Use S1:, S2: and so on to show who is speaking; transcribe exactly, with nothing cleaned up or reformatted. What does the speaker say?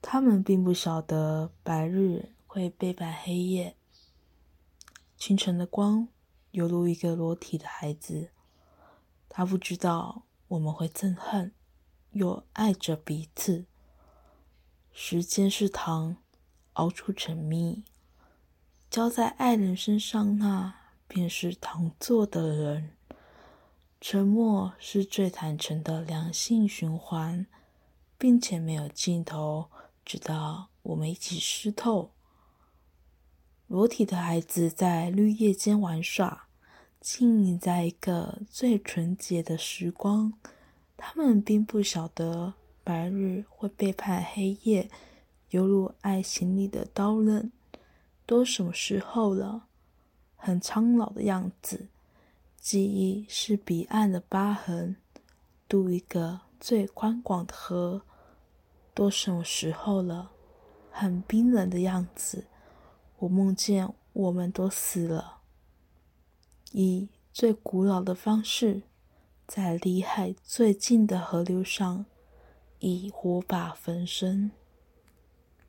S1: 他们并不晓得白日会背叛黑夜。清晨的光犹如一个裸体的孩子，他不知道我们会憎恨又爱着彼此。时间是糖，熬出成蜜，浇在爱人身上，那便是糖做的人。沉默是最坦诚的良性循环，并且没有尽头，直到我们一起湿透。裸体的孩子在绿叶间玩耍，浸淫在一个最纯洁的时光。他们并不晓得白日会背叛黑夜，犹如爱情里的刀刃。都什么时候了？很苍老的样子。记忆是彼岸的疤痕，渡一个最宽广的河。都什么时候了？很冰冷的样子。我梦见我们都死了，以最古老的方式，在离海最近的河流上，以火把焚身。